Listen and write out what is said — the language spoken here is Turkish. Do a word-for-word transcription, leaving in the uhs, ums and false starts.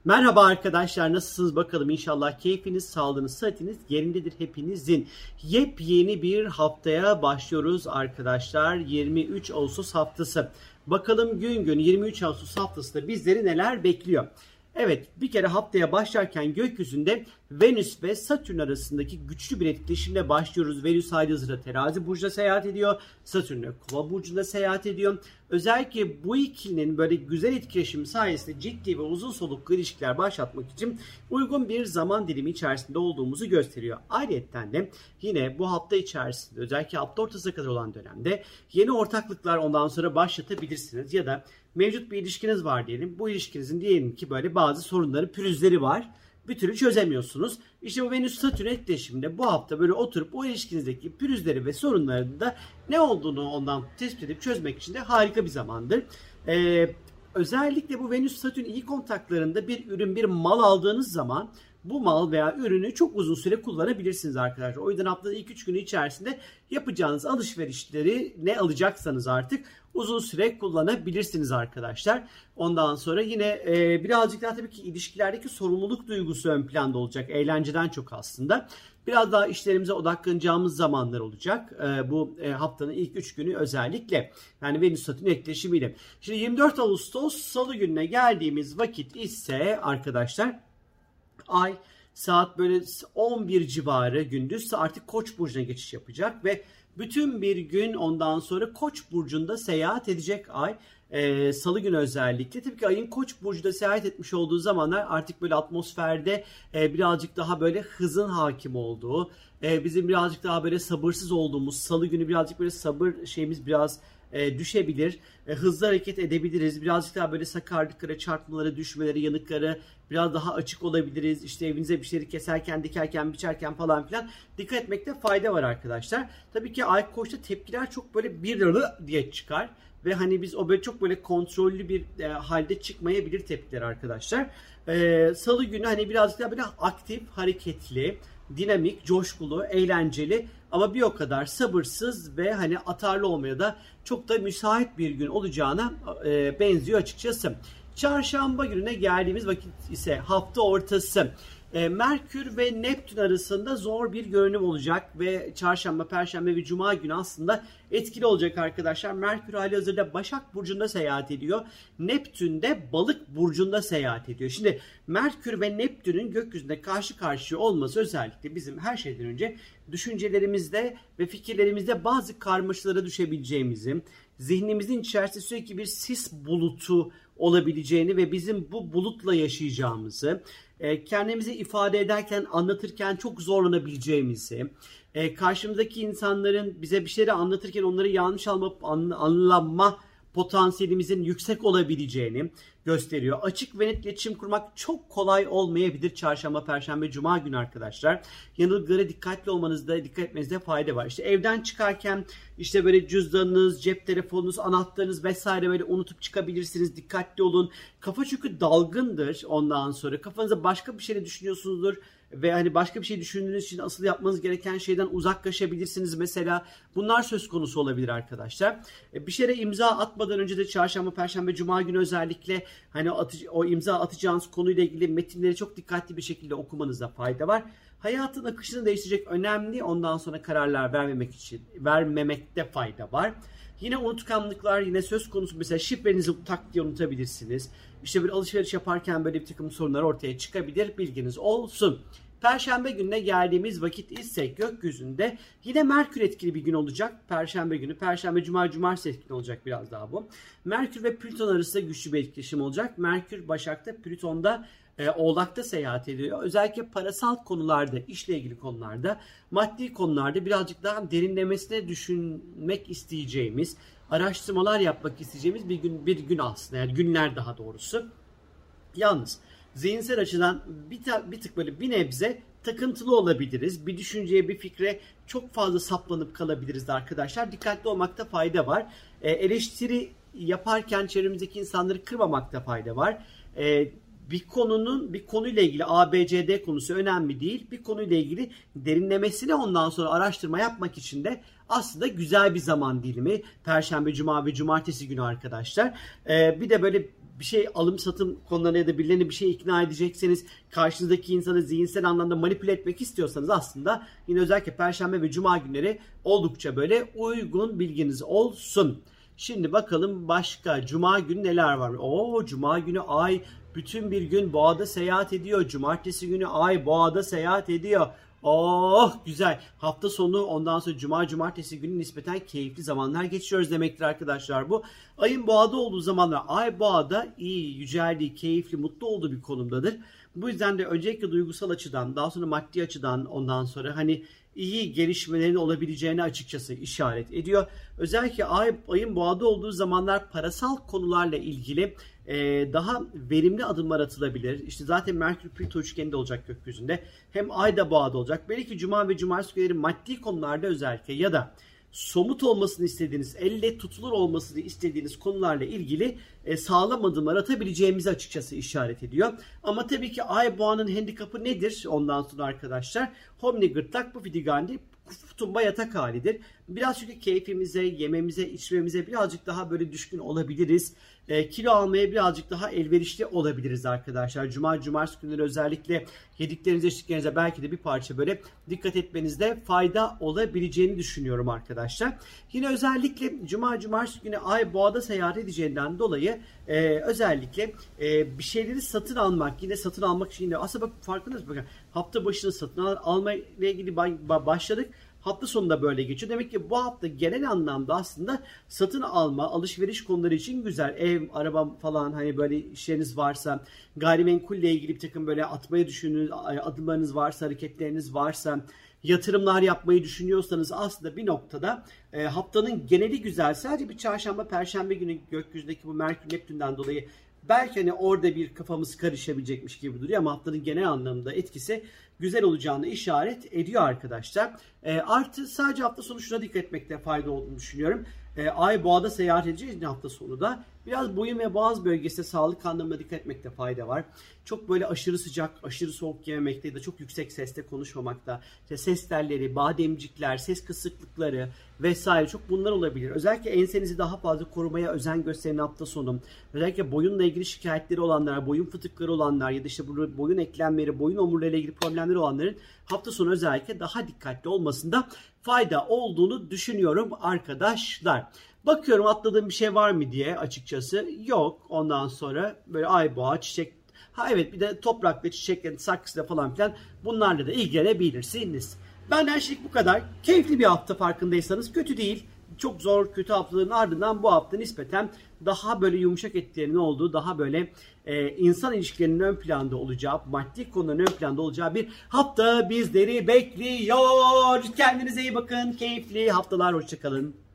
Merhaba arkadaşlar, nasılsınız bakalım? İnşallah keyfiniz, sağlığınız, sıhhatiniz yerindedir hepinizin. Yepyeni bir haftaya başlıyoruz arkadaşlar. yirmi üç Ağustos haftası. Bakalım gün gün yirmi üç Ağustos haftasında bizleri neler bekliyor? Evet, bir kere haftaya başlarken gökyüzünde Venüs ve Satürn arasındaki güçlü bir etkileşimle başlıyoruz. Venüs halihazırda Terazi burcunda seyahat ediyor. Satürn de Kova burcunda seyahat ediyor. Özellikle bu ikilinin böyle güzel etkileşimi sayesinde ciddi ve uzun soluklu ilişkiler başlatmak için uygun bir zaman dilimi içerisinde olduğumuzu gösteriyor. Ayrıca de yine bu hafta içerisinde, özellikle hafta ortasına kadar olan dönemde yeni ortaklıklar ondan sonra başlatabilirsiniz ya da mevcut bir ilişkiniz var diyelim. Bu ilişkinizin diyelim ki böyle bazı sorunları, pürüzleri var. Bir türlü çözemiyorsunuz. İşte bu Venüs-Satürn etkileşiminde bu hafta böyle oturup o ilişkinizdeki pürüzleri ve sorunların da ne olduğunu ondan tespit edip çözmek için de harika bir zamandır. Ee, özellikle bu Venüs-Satürn iyi kontaklarında bir ürün, bir mal aldığınız zaman bu mal veya ürünü çok uzun süre kullanabilirsiniz arkadaşlar. O yüzden haftanın ilk üç günü içerisinde yapacağınız alışverişleri ne alacaksanız artık uzun süre kullanabilirsiniz arkadaşlar. Ondan sonra yine e, birazcık daha tabii ki ilişkilerdeki sorumluluk duygusu ön planda olacak. Eğlenceden çok aslında. Biraz daha işlerimize odaklanacağımız zamanlar olacak. E, bu e, haftanın ilk üç günü özellikle. Yani Venüs-Satürn etkileşimiyle. Şimdi yirmi dört Ağustos Salı gününe geldiğimiz vakit ise arkadaşlar Ay saat böyle on bir civarı gündüz artık Koç burcuna geçiş yapacak ve bütün bir gün ondan sonra Koç burcunda seyahat edecek Ay. Ee, Salı günü özellikle. Tabii ki Ay'ın Koç burcunda seyahat etmiş olduğu zamanlar artık böyle atmosferde e, birazcık daha böyle hızın hakim olduğu, e, bizim birazcık daha böyle sabırsız olduğumuz, Salı günü birazcık böyle sabır şeyimiz biraz E, düşebilir. E, hızlı hareket edebiliriz. Birazcık daha böyle sakarlıklara, çarpmalara, düşmelere, yanıklara biraz daha açık olabiliriz. İşte evinize bir şeyleri keserken, dikerken, biçerken falan filan dikkat etmekte fayda var arkadaşlar. Tabii ki Ay Koç'ta tepkiler çok böyle bir diye çıkar. Ve hani biz o böyle çok böyle kontrollü bir e, halde çıkmayabilir tepkiler arkadaşlar. E, Salı günü hani birazcık daha böyle aktif, hareketli, dinamik, coşkulu, eğlenceli ama bir o kadar sabırsız ve hani atarlı olmaya da çok da müsait bir gün olacağına e, benziyor açıkçası. Çarşamba gününe geldiğimiz vakit ise hafta ortası. E, Merkür ve Neptün arasında zor bir görünüm olacak ve çarşamba, perşembe ve cuma günü aslında etkili olacak arkadaşlar. Merkür halihazırda Başak burcunda seyahat ediyor. Neptün de Balık burcunda seyahat ediyor. Şimdi Merkür ve Neptün'ün gökyüzünde karşı karşıya olması özellikle bizim her şeyden önce düşüncelerimizde ve fikirlerimizde bazı karmaşalara düşebileceğimizi, zihnimizin içerisinde sürekli bir sis bulutu olabileceğini ve bizim bu bulutla yaşayacağımızı, kendimizi ifade ederken, anlatırken çok zorlanabileceğimizi, karşımızdaki insanların bize bir şeyleri anlatırken onları yanlış anlama, anlama potansiyelimizin yüksek olabileceğini gösteriyor. Açık ve net iletişim kurmak çok kolay olmayabilir çarşamba, perşembe, cuma günü arkadaşlar. Yanılgılara dikkatli olmanızda, dikkat etmenizde fayda var. İşte evden çıkarken işte böyle cüzdanınız, cep telefonunuz, anahtarınız vesaire böyle unutup çıkabilirsiniz. Dikkatli olun. Kafa çünkü dalgındır ondan sonra. Kafanızda başka bir şey düşünüyorsunuzdur. Ve hani başka bir şey düşündüğünüz için asıl yapmanız gereken şeyden uzaklaşabilirsiniz mesela. Bunlar söz konusu olabilir arkadaşlar. Bir şeye imza atmadan önce de çarşamba, perşembe, cuma günü özellikle hani o, atı, o imza atacağınız konuyla ilgili metinleri çok dikkatli bir şekilde okumanızda fayda var. Hayatın akışını değiştirecek önemli ondan sonra kararlar vermemek için vermemekte fayda var. Yine unutkanlıklar yine söz konusu, mesela şifrenizi tak diye unutabilirsiniz. İşte bir alışveriş yaparken böyle bir takım sorunlar ortaya çıkabilir, bilginiz olsun. Perşembe gününe geldiğimiz vakit ise gökyüzünde yine Merkür etkili bir gün olacak. Perşembe günü, Perşembe, Cuma, Cumartesi etkili olacak biraz daha bu. Merkür ve Plüton arasında güçlü bir etkileşim olacak. Merkür Başak'ta, Plüton'da e, Oğlak'ta seyahat ediyor. Özellikle parasal konularda, işle ilgili konularda, maddi konularda birazcık daha derinlemesine düşünmek isteyeceğimiz, araştırmalar yapmak isteyeceğimiz bir gün, bir gün aslında. Yani günler daha doğrusu. Yalnız zihinsel açıdan bir, ta, bir tık böyle bir nebze takıntılı olabiliriz. Bir düşünceye, bir fikre çok fazla saplanıp kalabiliriz de arkadaşlar. Dikkatli olmakta fayda var. E, eleştiri yaparken çevremizdeki insanları kırmamakta fayda var. E, bir konunun bir konuyla ilgili A, B, C, D konusu önemli değil. Bir konuyla ilgili derinlemesine ondan sonra araştırma yapmak için de aslında güzel bir zaman dilimi. Perşembe, Cuma ve Cumartesi günü arkadaşlar. E, bir de böyle bir şey alım satım konularına ya da birilerini bir şey ikna edecekseniz, karşınızdaki insanı zihinsel anlamda manipüle etmek istiyorsanız aslında yine özellikle Perşembe ve Cuma günleri oldukça böyle uygun, bilginiz olsun. Şimdi bakalım başka Cuma günü neler var? Oo, Cuma günü ay bütün bir gün Boğa'da seyahat ediyor. Cumartesi günü ay Boğa'da seyahat ediyor. Oh güzel. Hafta sonu ondan sonra Cuma, Cumartesi günü nispeten keyifli zamanlar geçiriyoruz demektir arkadaşlar bu. Ayın Boğa'da olduğu zamanlar ay Boğa'da iyi, yüceldiği, keyifli, mutlu olduğu bir konumdadır. Bu yüzden de öncelikle duygusal açıdan, daha sonra maddi açıdan ondan sonra hani iyi gelişmelerin olabileceğini açıkçası işaret ediyor. Özellikle ay, ayın Boğa'da olduğu zamanlar parasal konularla ilgili e, daha verimli adımlar atılabilir. İşte zaten Merkür Plüto üçgeni de olacak gökyüzünde. Hem ay da Boğa'da olacak. Belki Cuma ve Cumartesi günleri maddi konularda özellikle ya da somut olmasını istediğiniz, elle tutulur olmasını istediğiniz konularla ilgili e, sağlam adımlar atabileceğimizi açıkçası işaret ediyor. Ama tabii ki ay boğanın handikapı nedir? Ondan sonra arkadaşlar homni gırtlak bu fidigandi tumba yatak halidir. Biraz çünkü keyfimize, yememize, içmemize birazcık daha böyle düşkün olabiliriz. E, kilo almaya birazcık daha elverişli olabiliriz arkadaşlar. Cuma, cumartesi günleri özellikle yediklerinize, içtiklerinize belki de bir parça böyle dikkat etmenizde fayda olabileceğini düşünüyorum arkadaşlar. Yine özellikle Cuma, cumartesi günü ay Boğa'da seyahat edeceğinden dolayı e, özellikle e, bir şeyleri satın almak, yine satın almak için de aslında bak farkındayız bakın hafta başını satın al, alma ile ilgili başladık. Hafta sonunda böyle geçiyor. Demek ki bu hafta genel anlamda aslında satın alma, alışveriş konuları için güzel. Ev, araba falan hani böyle işleriniz varsa, gayrimenkulle ilgili bir takım böyle atmayı düşündüğünüz adımlarınız varsa, hareketleriniz varsa, yatırımlar yapmayı düşünüyorsanız aslında bir noktada e, haftanın geneli güzel. Sadece bir çarşamba, perşembe günü gökyüzündeki bu Merkür Neptün'den dolayı belki hani orada bir kafamız karışabilecekmiş gibi duruyor ama haftanın genel anlamda etkisi güzel olacağını işaret ediyor arkadaşlar. E, artı sadece hafta sonu şuna dikkat etmekte fayda olduğunu düşünüyorum. E, ay Boğa'da seyahat edeceğiz hafta sonu da. Biraz boyun ve boğaz bölgesinde sağlık anlamında dikkat etmekte fayda var. Çok böyle aşırı sıcak, aşırı soğuk yememekte ya da çok yüksek sesle konuşmamakta. İşte ses telleri, bademcikler, ses kısıklıkları vesaire çok bunlar olabilir. Özellikle ensenizi daha fazla korumaya özen gösterin hafta sonu. Özellikle boyunla ilgili şikayetleri olanlar, boyun fıtıkları olanlar ya da işte boyun eklemleri, boyun omurlarıyla ilgili problemleri olanların hafta sonu özellikle daha dikkatli olmasında fayda olduğunu düşünüyorum arkadaşlar. Bakıyorum atladığım bir şey var mı diye açıkçası. Yok. Ondan sonra böyle ay boğa, çiçek. Ha evet bir de toprakla, çiçekle, saksıyla falan filan bunlarla da ilgilenebilirsiniz. Benden şimdilik bu kadar. Keyifli bir hafta farkındaysanız. Kötü değil. Çok zor kötü haftaların ardından bu hafta nispeten daha böyle yumuşak etkilerinin olduğu, daha böyle e, insan ilişkilerinin ön planda olacağı, maddi konuların ön planda olacağı bir hafta bizleri bekliyor. Kendinize iyi bakın. Keyifli haftalar. Hoşça kalın.